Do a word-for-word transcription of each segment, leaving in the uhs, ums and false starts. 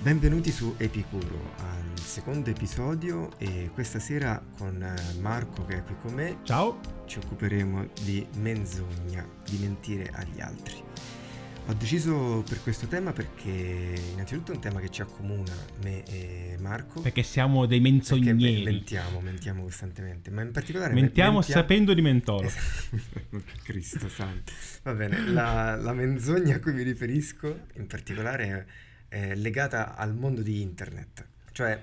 Benvenuti su Epicuro, al secondo episodio, e questa sera con Marco che è qui con me. Ciao! Ci occuperemo di menzogna, di mentire agli altri. Ho deciso per questo tema perché innanzitutto è un tema che ci accomuna, me e Marco. Perché siamo dei menzogneri. Perché mentiamo, mentiamo costantemente, ma in particolare mentiamo, mentiamo sapendo di mentolo. Cristo santo. Va bene, la, la menzogna a cui mi riferisco in particolare è, è legata al mondo di internet. Cioè,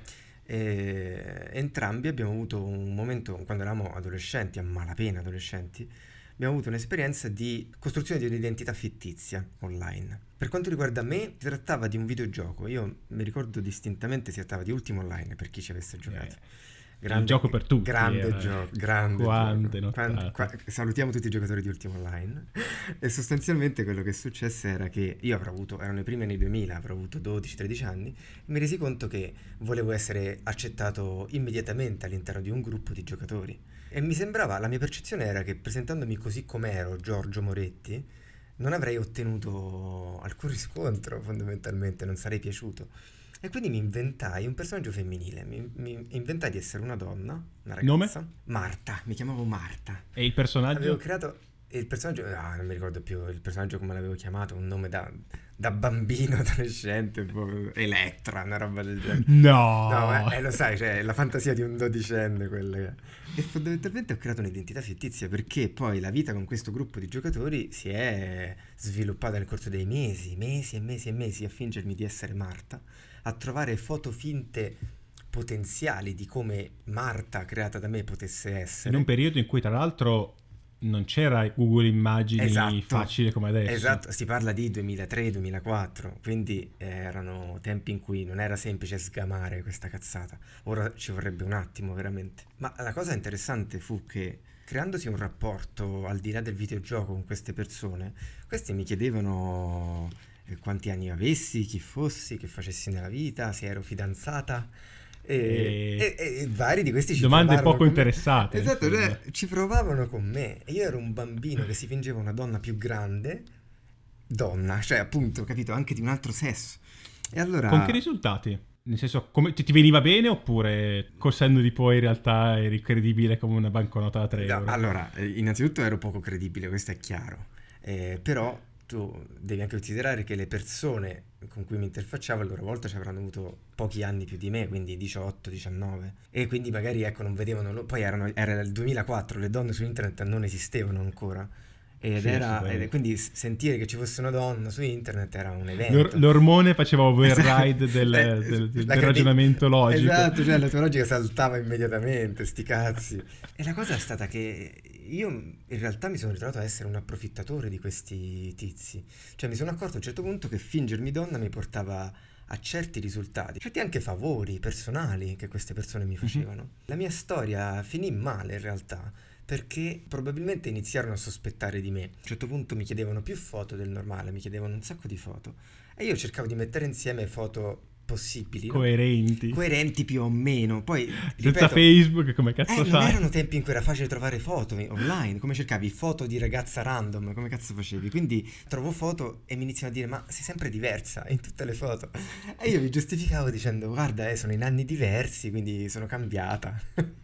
eh, entrambi abbiamo avuto un momento, quando eravamo adolescenti, a malapena adolescenti, abbiamo avuto un'esperienza di costruzione di un'identità fittizia online. Per quanto riguarda me, si trattava di un videogioco. Io mi ricordo distintamente si trattava di Ultima Online, per chi ci avesse giocato. Grande, il gioco per tutti. Grande era. gioco, grande Quante gioco. Quando, qua, salutiamo tutti i giocatori di Ultima Online. E sostanzialmente quello che è successo era che io avrò avuto, erano i primi anni duemila, avrò avuto dodici tredici anni, e mi resi conto che volevo essere accettato immediatamente all'interno di un gruppo di giocatori. E mi sembrava, la mia percezione era che presentandomi così com'ero, Giorgio Moretti, non avrei ottenuto alcun riscontro, fondamentalmente, non sarei piaciuto. E quindi mi inventai un personaggio femminile, mi, mi inventai di essere una donna, una ragazza. Nome? Marta, mi chiamavo Marta. E il personaggio? Avevo creato il personaggio, ah, non mi ricordo più il personaggio come l'avevo chiamato, un nome da, da bambino adolescente, Elettra, una roba del genere. No! No, ma, eh, lo sai, cioè, la fantasia di un dodicenne quella. E fondamentalmente ho creato un'identità fittizia perché poi la vita con questo gruppo di giocatori si è sviluppata nel corso dei mesi, mesi e mesi e mesi a fingermi di essere Marta, a trovare foto finte potenziali di come Marta creata da me potesse essere. In un periodo in cui tra l'altro non c'era Google Immagini esatto, facile come adesso. Esatto, si parla di duemilatré duemilaquattro, quindi erano tempi in cui non era semplice sgamare questa cazzata. Ora ci vorrebbe un attimo veramente. Ma la cosa interessante fu che creandosi un rapporto al di là del videogioco con queste persone, questi mi chiedevano quanti anni avessi, chi fossi, che facessi nella vita, se ero fidanzata. E, e, e, e vari di questi ci domande poco con interessate. Me. Esatto, cioè, ci provavano con me. E io ero un bambino che si fingeva una donna più grande, donna, cioè appunto, capito, anche di un altro sesso. E allora... Con che risultati? Nel senso, come, ti, ti veniva bene oppure col senno di poi in realtà eri credibile come una banconota da tre no, euro? Allora, innanzitutto ero poco credibile, questo è chiaro. Eh, però tu devi anche considerare che le persone con cui mi interfacciavo a loro volta ci avranno avuto pochi anni più di me, quindi diciotto diciannove, e quindi magari ecco non vedevano, poi erano, era il duemilaquattro, le donne su internet non esistevano ancora ed sì, era sì, ed, quindi sentire che ci fosse una donna su internet era un evento. L'or- l'ormone faceva override del, eh, del, del, la del ragionamento logico. Esatto, cioè la tua logica saltava immediatamente, sti cazzi. E la cosa è stata che io in realtà mi sono ritrovato a essere un approfittatore di questi tizi. Cioè mi sono accorto a un certo punto che fingermi donna mi portava a certi risultati, certi anche favori personali che queste persone mi facevano. Mm-hmm. La mia storia finì male in realtà, perché probabilmente iniziarono a sospettare di me. A un certo punto mi chiedevano più foto del normale, mi chiedevano un sacco di foto e io cercavo di mettere insieme foto possibili, coerenti, no? Coerenti più o meno. Poi senza ripeto, Facebook, come cazzo eh, fai? Non erano tempi in cui era facile trovare foto online. Come cercavi foto di ragazza random? Come cazzo facevi? Quindi trovo foto e mi iniziano a dire: ma sei sempre diversa in tutte le foto. E io mi giustificavo dicendo: guarda, eh, sono in anni diversi, quindi sono cambiata.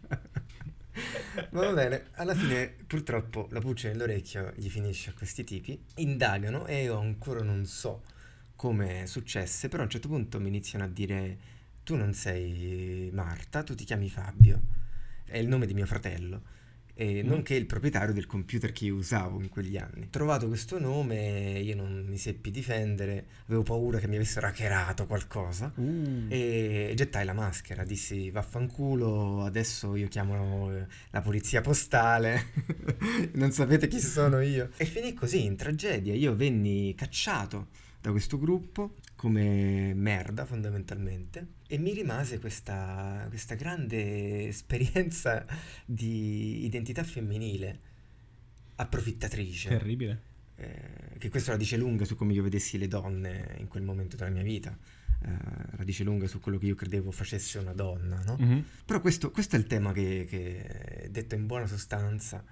Ma va bene, alla fine purtroppo la pulce nell'orecchio gli finisce a questi tipi. Indagano e io ancora non so come successe, però a un certo punto mi iniziano a dire: tu non sei Marta, tu ti chiami Fabio, è il nome di mio fratello, e mm. nonché il proprietario del computer che io usavo in quegli anni. Trovato questo nome, io non mi seppi difendere, avevo paura che mi avessero hackerato qualcosa, uh. e gettai la maschera, dissi: vaffanculo, adesso io chiamo la polizia postale, non sapete chi sono io. E finì così, in tragedia. Io venni cacciato da questo gruppo come merda fondamentalmente, e mi rimase questa, questa grande esperienza di identità femminile approfittatrice. Terribile. Eh, che questo la dice lunga su come io vedessi le donne in quel momento della mia vita, eh, la dice lunga su quello che io credevo facesse una donna, no? Mm-hmm. Però questo, questo è il tema che, che, detto in buona sostanza,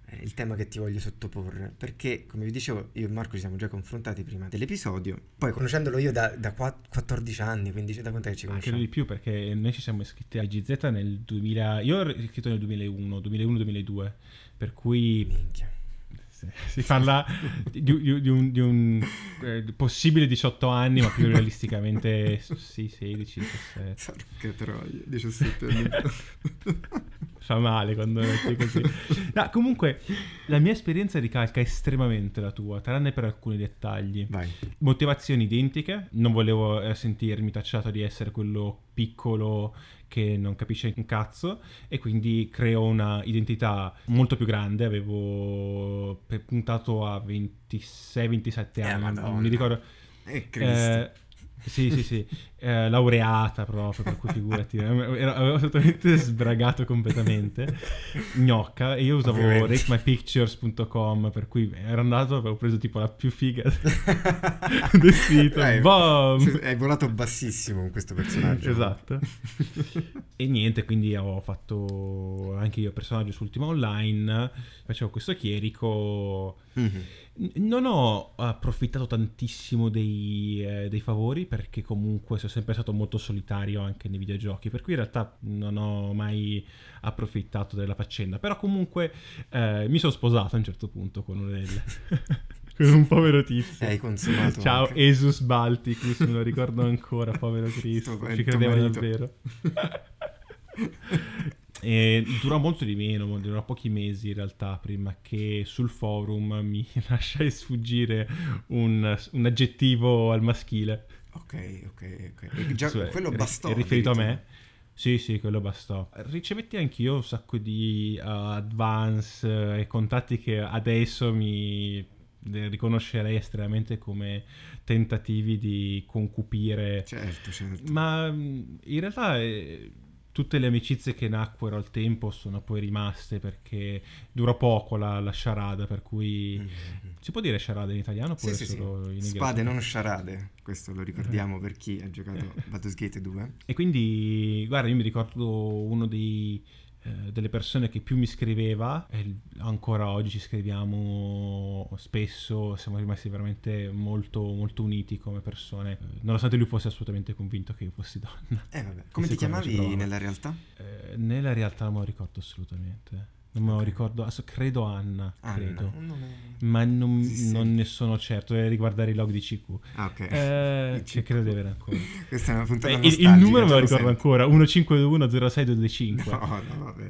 è il tema che ti voglio sottoporre, perché come vi dicevo io e Marco ci siamo già confrontati prima dell'episodio, poi conoscendolo io da, da quattordici anni, quindi da quant'è che ci Ah, conosciamo? credo di più, perché noi ci siamo iscritti a G Z nel duemila, io ero iscritto nel duemilauno, duemilauno duemiladue, per cui Minchia. si si parla di, di- di un, di un, eh, possibile diciotto anni, ma più realisticamente sì, sedici, diciassette. Porca troia, diciassette anni fa. Fa male quando metti così. No, comunque la mia esperienza ricalca estremamente la tua, tranne per alcuni dettagli. Vai. Motivazioni identiche, non volevo eh, sentirmi tacciato di essere quello piccolo che non capisce un cazzo, e quindi creo una identità molto più grande. Avevo pe- puntato a ventisei ventisette Eh, anni, Madonna. mi ricordo. Eh, Cristo. Eh, sì, sì, sì, eh, laureata proprio, per cui figurati, ero- avevo assolutamente sbragato completamente, gnocca, e io usavo Ovviamente. rate my pictures punto com, per cui ero andato, avevo preso tipo la più figa del sito, Dai, boom! se- hai volato bassissimo con questo personaggio. Esatto. E niente, quindi ho fatto anche io personaggio su Ultima Online, facevo questo chierico. Mhm. N- Non ho approfittato tantissimo dei, eh, dei favori, perché comunque sono sempre stato molto solitario anche nei videogiochi, per cui in realtà non ho mai approfittato della faccenda. Però comunque eh, mi sono sposato a un certo punto con un, con un povero tizio. Hai consumato Ciao anche. Esus Balticus, me lo ricordo ancora, povero Cristo, Tuo- ci il tuo credeva marito. davvero. E durò molto di meno, durò pochi mesi in realtà, prima che sul forum mi lasciai sfuggire un, un aggettivo al maschile. Ok, ok, ok. E già Su- quello ri- bastò. riferito a addirittura. me. Sì, sì, quello bastò. Ricevetti anch'io un sacco di uh, advance uh, e contatti che adesso mi eh, riconoscerei estremamente come tentativi di concupire. Certo, certo. Ma mh, in realtà eh, tutte le amicizie che nacquero al tempo sono poi rimaste, perché durò poco la, la sciarada, per cui Mhm. si può dire sciarada in italiano Sì, oppure sì, sì. solo in inglese? Spade, non sciarade. Questo lo ricordiamo per chi ha giocato Baldur's Gate due. E quindi, guarda, io mi ricordo uno dei, eh, delle persone che più mi scriveva, e il- ancora oggi ci scriviamo spesso, siamo rimasti veramente molto, molto uniti come persone, eh, nonostante lui fosse assolutamente convinto che io fossi donna. Eh vabbè. Come E ti secondo me ci chiamavi provava. nella realtà? Eh, nella realtà non me lo ricordo assolutamente. Non me lo Ok. ricordo, adesso credo Anna, Anna, credo. un nome... Ma non, Sì, sì. non ne sono certo, deve riguardare i log di C Q. Ah, ok. Eh, Il che credo di avere ancora. Questa è una puntata Eh, il, il nostalgica, numero me già lo ricordo sento. ancora, uno cinque due uno zero sei due due cinque. No, no, vabbè.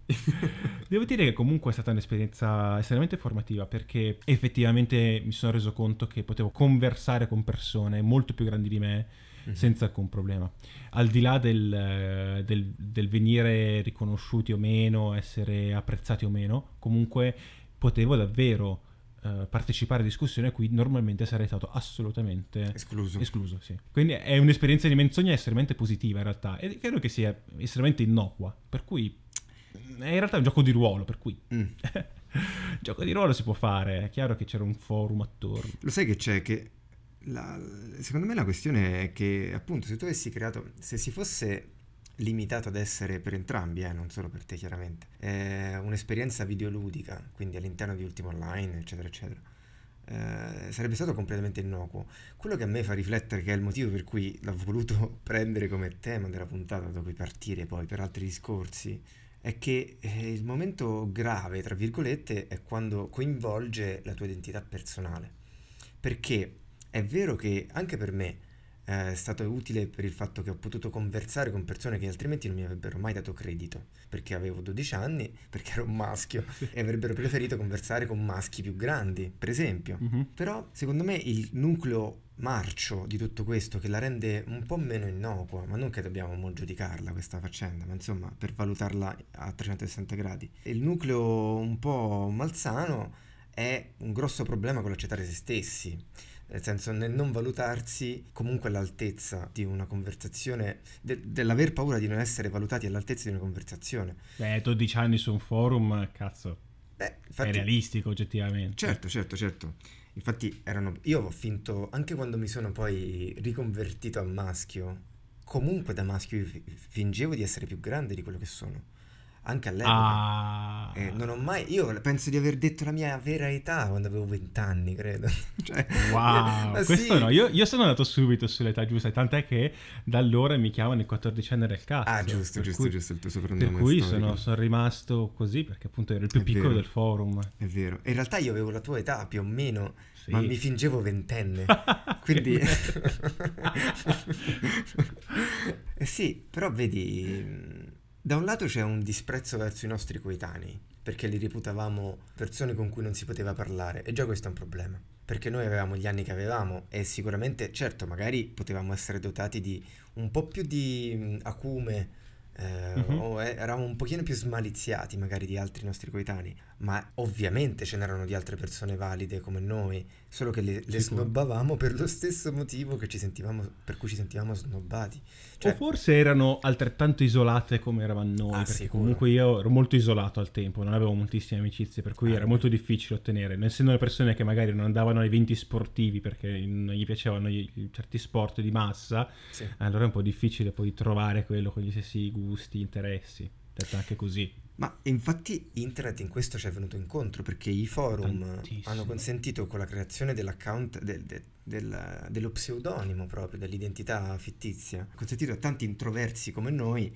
Devo dire che comunque è stata un'esperienza estremamente formativa, perché effettivamente mi sono reso conto che potevo conversare con persone molto più grandi di me Mhm. senza alcun problema. Al di là del, eh, del- del venire riconosciuti o meno, essere apprezzati o meno, comunque potevo davvero eh, partecipare a discussioni a cui normalmente sarei stato assolutamente Escluso. escluso, sì. Quindi è un'esperienza di menzogna estremamente positiva in realtà, e credo che sia estremamente innocua, per cui è in realtà un gioco di ruolo, per cui Mm. gioco di ruolo si può fare. È chiaro che c'era un forum attorno. Lo sai che c'è? Che la- secondo me la questione è che appunto se tu avessi creato, se si fosse limitato ad essere per entrambi, eh, non solo per te chiaramente, eh, un'esperienza videoludica, quindi all'interno di Ultima Online, eccetera, eccetera, eh, sarebbe stato completamente innocuo. Quello che a me fa riflettere, che è il motivo per cui l'ho voluto prendere come tema della puntata, da cui partire poi per altri discorsi, è che eh, il momento grave, tra virgolette, è quando coinvolge la tua identità personale. Perché è vero che anche per me eh, è stato utile per il fatto che ho potuto conversare con persone che altrimenti non mi avrebbero mai dato credito, perché avevo dodici anni, perché ero un maschio e avrebbero preferito conversare con maschi più grandi, per esempio. Mhm. Però secondo me il nucleo marcio di tutto questo, che la rende un po' meno innocua, ma non che dobbiamo mo giudicarla questa faccenda, ma insomma per valutarla a trecentosessanta gradi, il nucleo un po' malsano è un grosso problema con l'accettare se stessi, nel senso nel non valutarsi comunque all'altezza di una conversazione, de- dell'aver paura di non essere valutati all'altezza di una conversazione. Beh, dodici anni su un forum, cazzo, Beh, è infatti, realistico oggettivamente. certo, certo, certo. Infatti erano, io ho finto, anche quando mi sono poi riconvertito a maschio, comunque da maschio io fi- fingevo di essere più grande di quello che sono. anche all'epoca. Ah. Eh, non ho mai, io penso di aver detto la mia vera età quando avevo vent'anni, credo. Cioè, Wow, ma questo sì. no, io, io sono andato subito sull'età giusta, tant'è che da allora mi chiamano il quattordicenne del cazzo. Ah, giusto, per giusto, cui, giusto, il tuo per soprannome cui storico. sono, sono rimasto così, perché appunto ero il più È piccolo vero. del forum. È vero. In realtà io avevo la tua età più o meno, Sì. ma mi fingevo ventenne. Che Quindi... bello. Eh sì, però vedi, mh, da un lato c'è un disprezzo verso i nostri coetanei, perché li reputavamo persone con cui non si poteva parlare, e già questo è un problema, perché noi avevamo gli anni che avevamo e sicuramente, certo, magari potevamo essere dotati di un po' più di mh, acume, eh, Mhm. o eh, eravamo un pochino più smaliziati magari di altri nostri coetanei, ma ovviamente ce n'erano di altre persone valide come noi, solo che le, le Sicuro. snobbavamo per lo stesso motivo che ci sentivamo, per cui ci sentivamo snobbati. O Cioè, forse erano altrettanto isolate come eravamo noi, ah, perché sicuro. comunque io ero molto isolato al tempo, non avevo moltissime amicizie, per cui Ah, era no. molto difficile ottenere, non essendo le persone che magari non andavano a eventi sportivi perché non gli piacevano gli- certi sport di massa, Sì. allora è un po' difficile poi trovare quello con gli stessi gusti, interessi, detto anche così. Ma infatti internet in questo ci è venuto incontro perché i forum Tantissimo. hanno consentito con la creazione dell'account del- de- del- dello pseudonimo proprio, dell'identità fittizia, ha consentito a tanti introversi come noi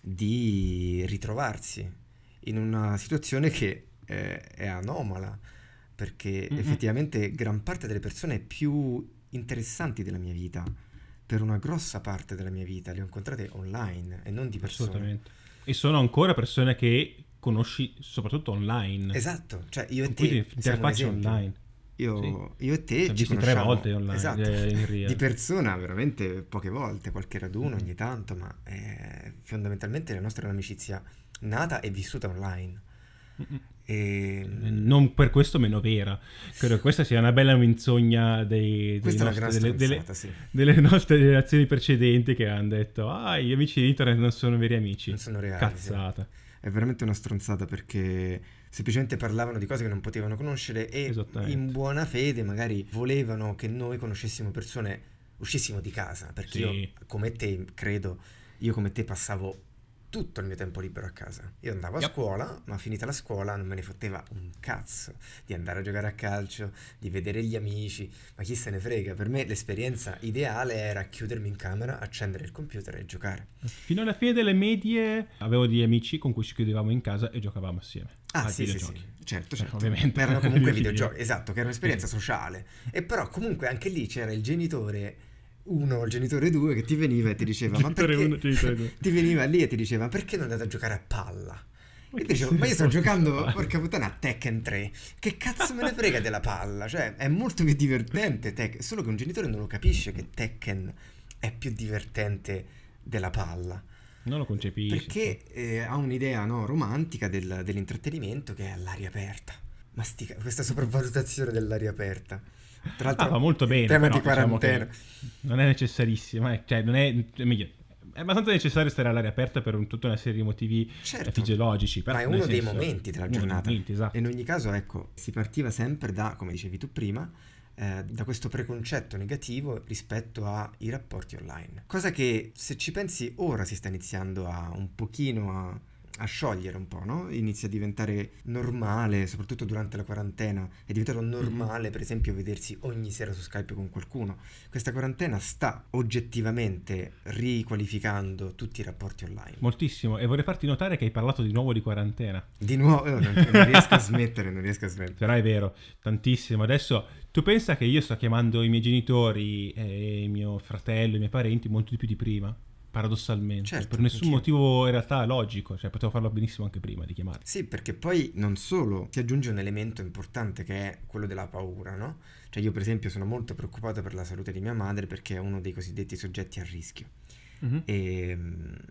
di ritrovarsi in una situazione che eh, è anomala, perché Mm-mm. effettivamente gran parte delle persone più interessanti della mia vita, per una grossa parte della mia vita, le ho incontrate online e non di persona. Assolutamente. E sono ancora persone che conosci soprattutto online, Esatto, cioè io e con cui te ti siamo un interfacci esempio. online. Io, Sì. io e te Ci ho ci visti tre conosciamo, volte online, esatto, eh, in real. di persona veramente poche volte, qualche raduno Mm-mm. ogni tanto, ma eh, fondamentalmente la nostra è un'amicizia nata e vissuta online. Mm-mm. E Non per questo meno vera. Credo che questa sia una bella menzogna dei, dei questa è una nostri- gran delle, delle- stronzata, sì. delle nostre generazioni precedenti che hanno detto ah, gli amici di internet non sono veri amici. Non sono reali, sì. Cazzata. È veramente una stronzata perché semplicemente parlavano di cose che non potevano conoscere e Esattamente. in buona fede magari volevano che noi conoscessimo persone, uscissimo di casa, perché Sì. io come te, credo, io come te passavo tutto il mio tempo libero a casa. Io andavo a Yep. scuola, ma finita la scuola non me ne fotteva un cazzo di andare a giocare a calcio, di vedere gli amici, ma chi se ne frega. Per me l'esperienza ideale era chiudermi in camera, accendere il computer e giocare. Fino alla fine delle medie avevo degli amici con cui ci chiudevamo in casa e giocavamo assieme. Ah, ai sì, sì, videogiochi. sì, certo, Cioè, certo. ovviamente. Ma erano comunque Videogiochi. videogiochi, esatto, che era un'esperienza Sì. sociale. E però comunque anche lì c'era il genitore uno, il genitore due che ti veniva e ti diceva ma Genitore perché... uno, genitore due. ti veniva lì e ti diceva perché non andate a giocare a palla? Ma E che dicevo, ma io sto senso giocando, fa? porca puttana, a Tekken tre. Che cazzo me ne frega della palla? Cioè, è molto più divertente Tekken. Solo che un genitore non lo capisce che Tekken è più divertente della palla. Non lo concepisci. Perché eh, ha un'idea no, romantica del- dell'intrattenimento che è all'aria aperta. Ma sti- questa sopravvalutazione dell'aria aperta. Tra l'altro, Ah, fa molto bene, tema però di diciamo quarantena. che non è necessarissima, eh, cioè non è, è meglio, è abbastanza necessario stare all'aria aperta per un- tutta una serie di motivi Certo. eh, fisiologici, però Ma è nel uno dei senso- momenti della uno dei giornata. momenti, esatto. E in ogni caso, ecco, si partiva sempre da, come dicevi tu prima, eh, da questo preconcetto negativo rispetto ai rapporti online. Cosa che, se ci pensi, ora si sta iniziando a un pochino a, a sciogliere un po', no? Inizia a diventare normale, soprattutto durante la quarantena. È diventato normale, per esempio, vedersi ogni sera su Skype con qualcuno. Questa quarantena sta oggettivamente riqualificando tutti i rapporti online. Moltissimo, e vorrei farti notare che hai parlato di nuovo di quarantena. Di nuovo, eh, non, non riesco a smettere, non riesco a smettere. Però è vero, tantissimo. Adesso tu pensa che io sto chiamando i miei genitori e mio fratello, i miei parenti molto di più di prima, paradossalmente. Certo, per nessun anch'io. motivo in realtà logico, cioè potevo farlo benissimo anche prima di chiamare. Sì, perché poi non solo si aggiunge un elemento importante che è quello della paura, no? Cioè io per esempio sono molto preoccupato per la salute di mia madre perché è uno dei cosiddetti soggetti a rischio. Mhm. E,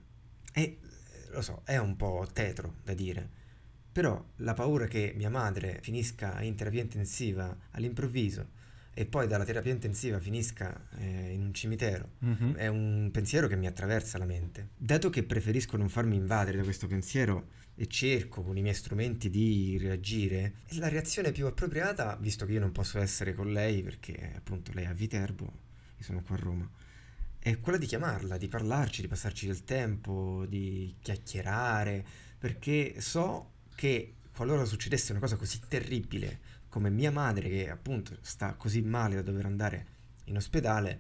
e lo so, è un po' tetro da dire, però la paura che mia madre finisca in terapia intensiva all'improvviso e poi dalla terapia intensiva finisca eh, in un cimitero Mhm. è un pensiero che mi attraversa la mente. Dato che preferisco non farmi invadere da questo pensiero e cerco con i miei strumenti di reagire, la reazione più appropriata, visto che io non posso essere con lei perché appunto lei è a Viterbo, io sono qua a Roma, è quella di chiamarla, di parlarci, di passarci del tempo, di chiacchierare, perché so che qualora succedesse una cosa così terribile come mia madre, che appunto sta così male da dover andare in ospedale,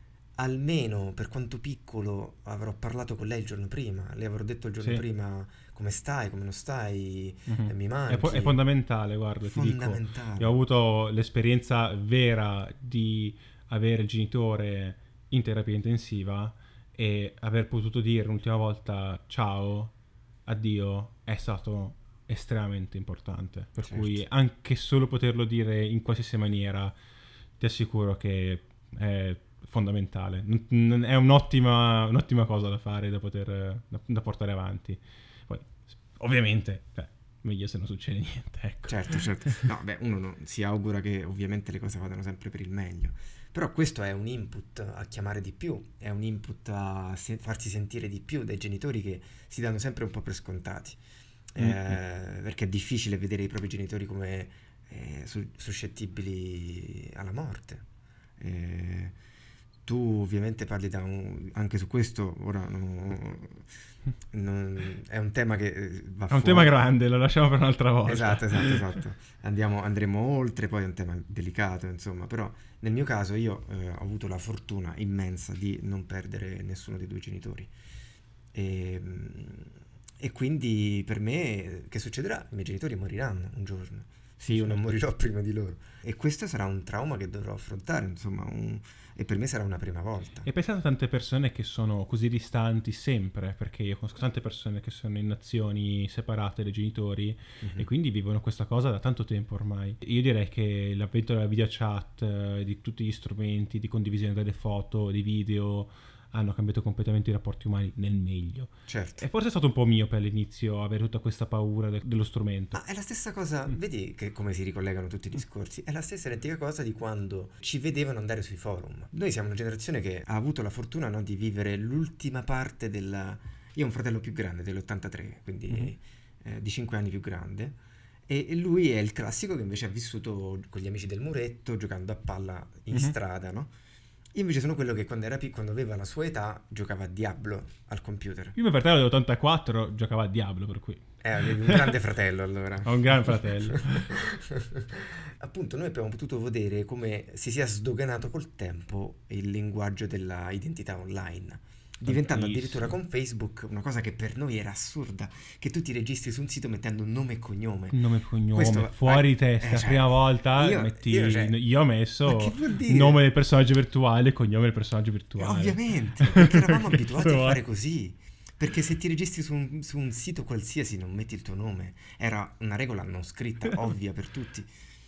almeno per quanto piccolo avrò parlato con lei il giorno prima, le avrò detto il giorno Sì. prima come stai, come non stai, Mhm. eh, mi È, manchi. po- è fondamentale, guarda, ti dico. Fondamentale. Io ho avuto l'esperienza vera di avere il genitore in terapia intensiva e aver potuto dire l'ultima volta ciao, addio, è stato estremamente importante. Per Certo. cui anche solo poterlo dire in qualsiasi maniera, ti assicuro che è fondamentale. Non- non- È un'ottima, un'ottima cosa da fare, da poter da, da portare avanti. Poi, ovviamente, cioè, meglio se non succede niente, ecco. Certo, certo. No, beh, uno non- si augura che ovviamente le cose vadano sempre per il meglio. Però questo è un input a chiamare di più, è un input a se- farsi sentire di più dai genitori che si danno sempre un po' per scontati. Eh, Mm-mm. perché è difficile vedere i propri genitori come eh, su- suscettibili alla morte. Eh, tu ovviamente parli da un, anche su questo, ora no- non- è un tema che eh, va È un fuori. tema grande, lo lasciamo per un'altra volta. Esatto, esatto, esatto. Andiamo, andremo oltre, poi è un tema delicato, insomma, però nel mio caso io eh, ho avuto la fortuna immensa di non perdere nessuno dei due genitori. E, e quindi per me che succederà? I miei genitori moriranno un giorno. Sì, io non Certo. morirò prima di loro. E questo sarà un trauma che dovrò affrontare, insomma, un- e per me sarà una prima volta. E pensate a tante persone che sono così distanti sempre, perché io conosco tante persone che sono in nazioni separate dai genitori Mhm. e quindi vivono questa cosa da tanto tempo ormai. Io direi che l'avvento della video chat, eh, di tutti gli strumenti di condivisione delle foto, di video, hanno cambiato completamente i rapporti umani nel meglio. Certo. E forse è stato un po' miope all'inizio avere tutta questa paura de- dello strumento. Ma è la stessa cosa, Mm. vedi che come si ricollegano tutti i discorsi? È la stessa identica cosa di quando ci vedevano andare sui forum. Noi siamo una generazione che ha avuto la fortuna, no, di vivere l'ultima parte della... Io ho un fratello più grande, dell'ottantatré, quindi Mhm. eh, di cinque anni più grande, e e lui è il classico che invece ha vissuto con gli amici del muretto, giocando a palla in Mhm. strada, no? Io invece sono quello che quando era piccolo, quando aveva la sua età, giocava a Diablo al computer. Io mio fratello dell'ottantaquattro giocava a Diablo, per cui Eh, avevi un grande fratello allora. ho un gran fratello. Appunto, noi abbiamo potuto vedere come si sia sdoganato col tempo il linguaggio della identità online, diventando addirittura Tantissimo. con Facebook una cosa che per noi era assurda, che tu ti registri su un sito mettendo un nome e cognome. Nome e cognome, Questo- fuori eh, testa, eh, cioè, prima volta io- metti, io, cioè, io ho ma messo che vuol dire? nome del personaggio virtuale, cognome del personaggio virtuale. Ovviamente, perché eravamo abituati a Però- fare così. Perché se ti registri su un, su un sito qualsiasi non metti il tuo nome. Era una regola non scritta, ovvia per tutti.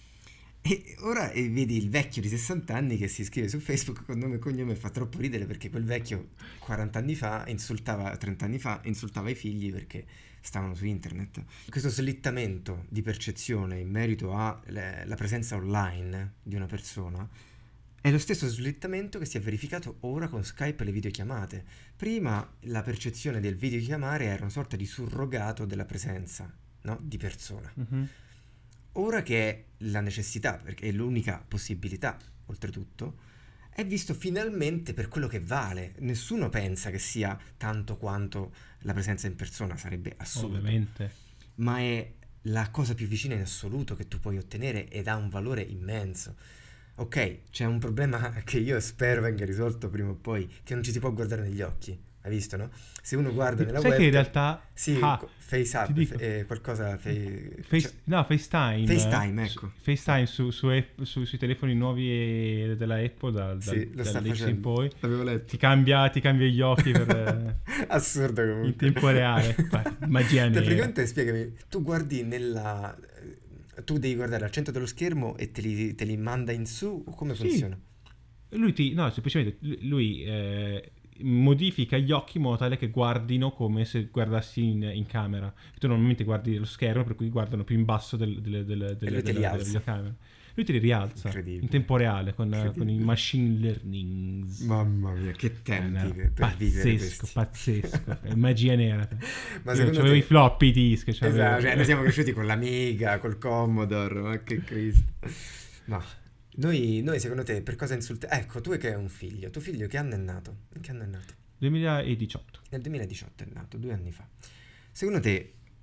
E ora eh, vedi il vecchio di sessanta anni che si iscrive su Facebook con nome e cognome e fa troppo ridere perché quel vecchio quaranta anni fa insultava, trenta anni fa insultava i figli perché stavano su internet. Questo slittamento di percezione in merito alla presenza online di una persona è lo stesso slittamento che si è verificato ora con Skype e le videochiamate. Prima la percezione del videochiamare era una sorta di surrogato della presenza, no? Di persona. Mhm. Ora che è la necessità, perché è l'unica possibilità, oltretutto, è visto finalmente per quello che vale. Nessuno pensa che sia tanto quanto la presenza in persona, sarebbe assurdo. Ovviamente. Ma è la cosa più vicina in assoluto che tu puoi ottenere ed ha un valore immenso. Ok, c'è un problema che io spero venga risolto prima o poi, che non ci si può guardare negli occhi. Hai visto, no? Se uno guarda nella Sai web... che in realtà Sì, ah, co- face up, ti dico. eh, qualcosa... Fe, Face- cioè- no, FaceTime. FaceTime, eh, ecco. su- FaceTime su, su App- su- sui telefoni nuovi e- della Apple dal, dal, Sì, lo sta dall'X in facendo. poi. L'avevo letto. Ti cambia, ti cambia gli occhi per, eh, Assurdo comunque. in tempo reale. Beh, magia Cioè, nera. praticamente spiegami, tu guardi nella... Tu devi guardare al centro dello schermo e te li, te li manda in su o come Sì. funziona? Lui ti, no, semplicemente lui eh, modifica gli occhi in modo tale che guardino come se guardassi in, in camera. Tu normalmente guardi lo schermo, per cui guardano più in basso del, del, del, del, E lui te li della, della alza. videocamera. Lui te li rialza Incredibile. in tempo reale con, Incredibile. con i machine learning. Mamma mia, che Eh, tempi no, per, per vivere pazzesco, questi. pazzesco. È magia nera. Ma Io secondo c'avevo te... i floppy disk. c'avevo- Esatto, cioè noi siamo cresciuti con l'Amiga, col Commodore, ma che Cristo. No, noi, noi secondo te per cosa insultiamo? Ecco, tu che hai un figlio, tuo figlio che anno è nato? In che anno è nato? duemiladiciotto. Nel duemiladiciotto è nato, due anni fa. Secondo te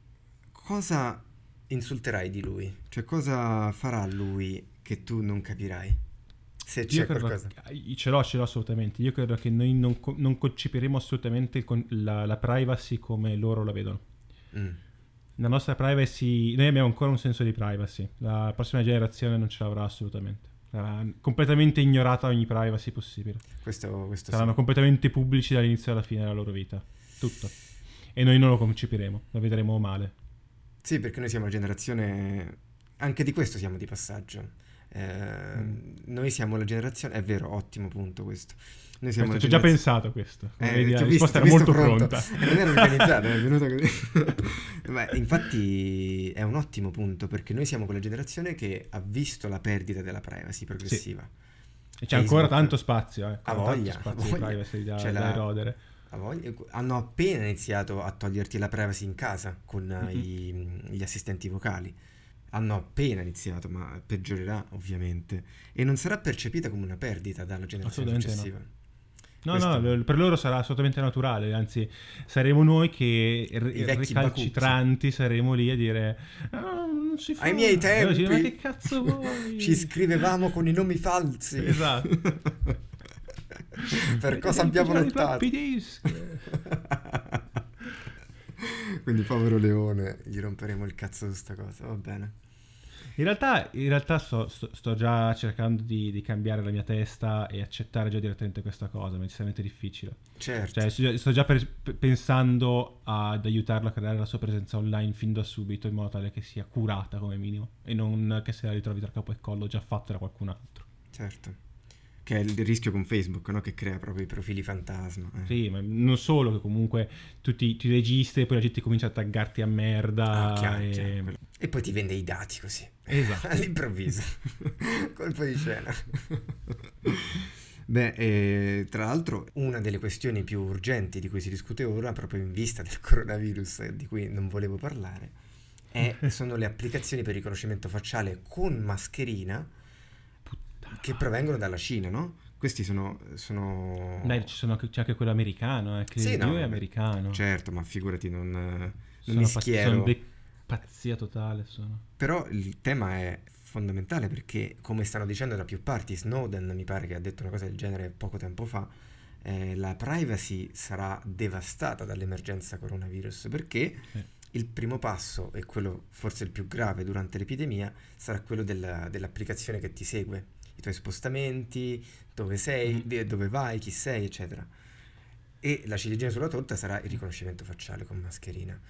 cosa insulterai di lui? Cioè cosa farà lui che tu non capirai? Se c'è Io credo, qualcosa. ce l'ho, ce l'ho assolutamente. Io credo che noi non, co- non concepiremo assolutamente il con- la, la privacy come loro la vedono. Mm. La nostra privacy, noi abbiamo ancora un senso di privacy. La prossima generazione non ce l'avrà assolutamente. Sarà completamente ignorata ogni privacy possibile. Questo, questo Saranno sì. completamente pubblici dall'inizio alla fine della loro vita. Tutto. E noi non lo concepiremo, lo vedremo male. Sì, perché noi siamo la generazione, anche di questo siamo di passaggio. Eh, Mm. Noi siamo la generazione, è vero, ottimo punto questo. Noi siamo Questo, la ci ho già generazio- pensato questo. Come Eh, vedi, ti la ho risposta visto, era ti ho molto visto pronto. pronta. E non era organizzata, è venuta così. Beh, infatti è un ottimo punto perché noi siamo quella generazione che ha visto la perdita della privacy progressiva. E c'è ancora Facebook- tanto spazio, eh. Ha ancora voglia, tanto spazio ha di voglia. privacy da, C'è da la- erodere. ha voglia. Hanno appena iniziato a toglierti la privacy in casa con eh, Mhm. i- gli assistenti vocali. Hanno appena iniziato, ma peggiorerà ovviamente. E non sarà percepita come una perdita dalla generazione Assolutamente no. successiva. No, Questo- no, l- per loro sarà assolutamente naturale, anzi saremo noi che r- I vecchi recalcitranti saremo lì a dire "Ah, non si fa". Ai miei E loro tempi dicono, ma che cazzo vuoi? ci scrivevamo con i nomi falsi. Esatto. Per cosa Ai abbiamo tempi c'erano i lottato? floppy disk. Quindi povero Leone, gli romperemo il cazzo su sta cosa, va bene. In realtà, in realtà sto, sto- sto già cercando di, di cambiare la mia testa e accettare già direttamente questa cosa, ma è decisamente difficile. Certo. Cioè, sto già, sto già per- pe- pensando ad aiutarlo a creare la sua presenza online fin da subito, in modo tale che sia curata come minimo, e non che se la ritrovi tra capo e collo già fatta da qualcun altro. Certo. Che è il rischio con Facebook, no? Che crea proprio i profili fantasma. eh. Sì, ma non solo, che comunque tu ti, ti registri e poi la gente comincia a taggarti a merda. Ah, chiaro, e... chiaro, quello. E poi ti vende i dati così. Esatto. All'improvviso. Colpo di scena. Beh, eh, tra l'altro una delle questioni più urgenti di cui si discute ora, proprio in vista del coronavirus, eh, di cui non volevo parlare, è, sono le applicazioni per riconoscimento facciale con mascherina che provengono dalla Cina, no? Questi sono... sono... Beh, ci sono, c'è anche quello americano, eh, che Sì, il no, mio è vabbè. americano. Certo, ma figurati, non, non sono mi pazz- schiero. sono dei pazzia totale, sono. Però il tema è fondamentale perché, come stanno dicendo da più parti, Snowden mi pare che ha detto una cosa del genere poco tempo fa, eh, la privacy sarà devastata dall'emergenza coronavirus perché Sì. il primo passo, e quello forse il più grave durante l'epidemia, sarà quello della- dell'applicazione che ti segue, i tuoi spostamenti, dove sei, Mm. di- dove vai, chi sei, eccetera. E la ciliegina sulla torta sarà il riconoscimento facciale con mascherina.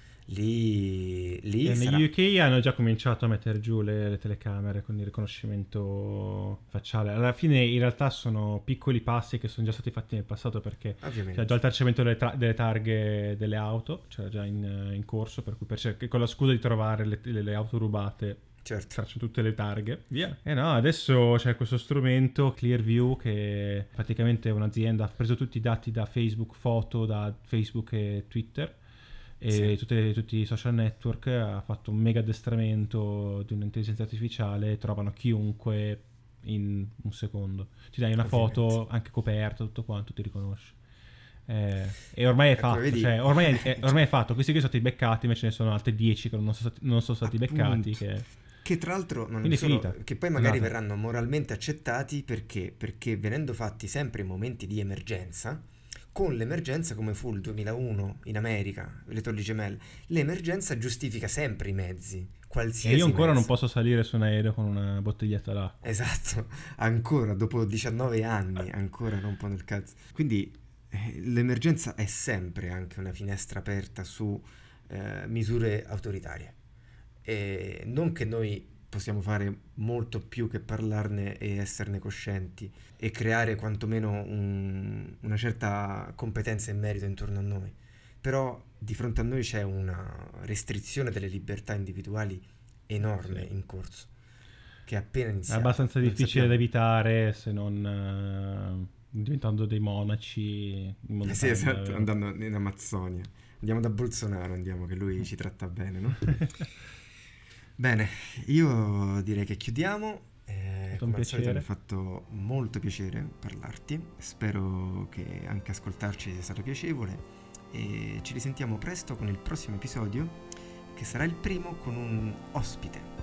Lì, lì E sarà... negli U K hanno già cominciato a mettere giù le, le telecamere con il riconoscimento facciale. Alla fine in realtà sono piccoli passi che sono già stati fatti nel passato, perché Ovviamente. c'è già il tracciamento delle, tra- delle targhe delle auto, c'era già in, in corso, per cui per cerc- con la scusa di trovare le, le- le auto rubate Certo. tracciano tutte le targhe, via. E no, adesso c'è questo strumento Clearview, che praticamente è un'azienda, ha preso tutti i dati da Facebook, foto da Facebook e Twitter e Sì. tutte- tutti i social network, ha fatto un mega addestramento di un'intelligenza artificiale, trovano chiunque in un secondo. Ti dai una foto Ovviamente. anche coperta, tutto quanto, ti riconosce. Eh, e ormai è Ecco, fatto, vedi? cioè, ormai, è, ormai è fatto. Questi qui sono stati beccati, invece ne sono altri dieci che non sono stati, non sono stati beccati. Appunto. Che... Che tra l'altro non Quindi è solo, finita. che poi magari Andata. verranno moralmente accettati perché? Perché venendo fatti sempre in momenti di emergenza, con l'emergenza come fu il duemilauno in America, le Torri Gemelle, l'emergenza giustifica sempre i mezzi, E qualsiasi io ancora non mezzo. posso salire su un aereo con una bottiglietta d'acqua. Esatto, ancora dopo diciannove anni, ancora rompono il cazzo. Quindi eh, l'emergenza è sempre anche una finestra aperta su eh, misure autoritarie. E non che noi possiamo fare molto più che parlarne e esserne coscienti e creare quantomeno un- una certa competenza e merito intorno a noi. Però di fronte a noi c'è una restrizione delle libertà individuali enorme Sì. in corso, che è appena È iniziata. abbastanza Non difficile da sappiamo- evitare, se non eh, diventando dei monaci in montagna. Sì, esatto, vero? andando in Amazzonia. Andiamo da Bolsonaro, andiamo, che lui ci tratta bene, no? Bene, io direi che chiudiamo. Eh, stato un come al solito mi piacere. ha fatto molto piacere parlarti. Spero che anche ascoltarci sia stato piacevole. E ci risentiamo presto con il prossimo episodio, che sarà il primo con un ospite.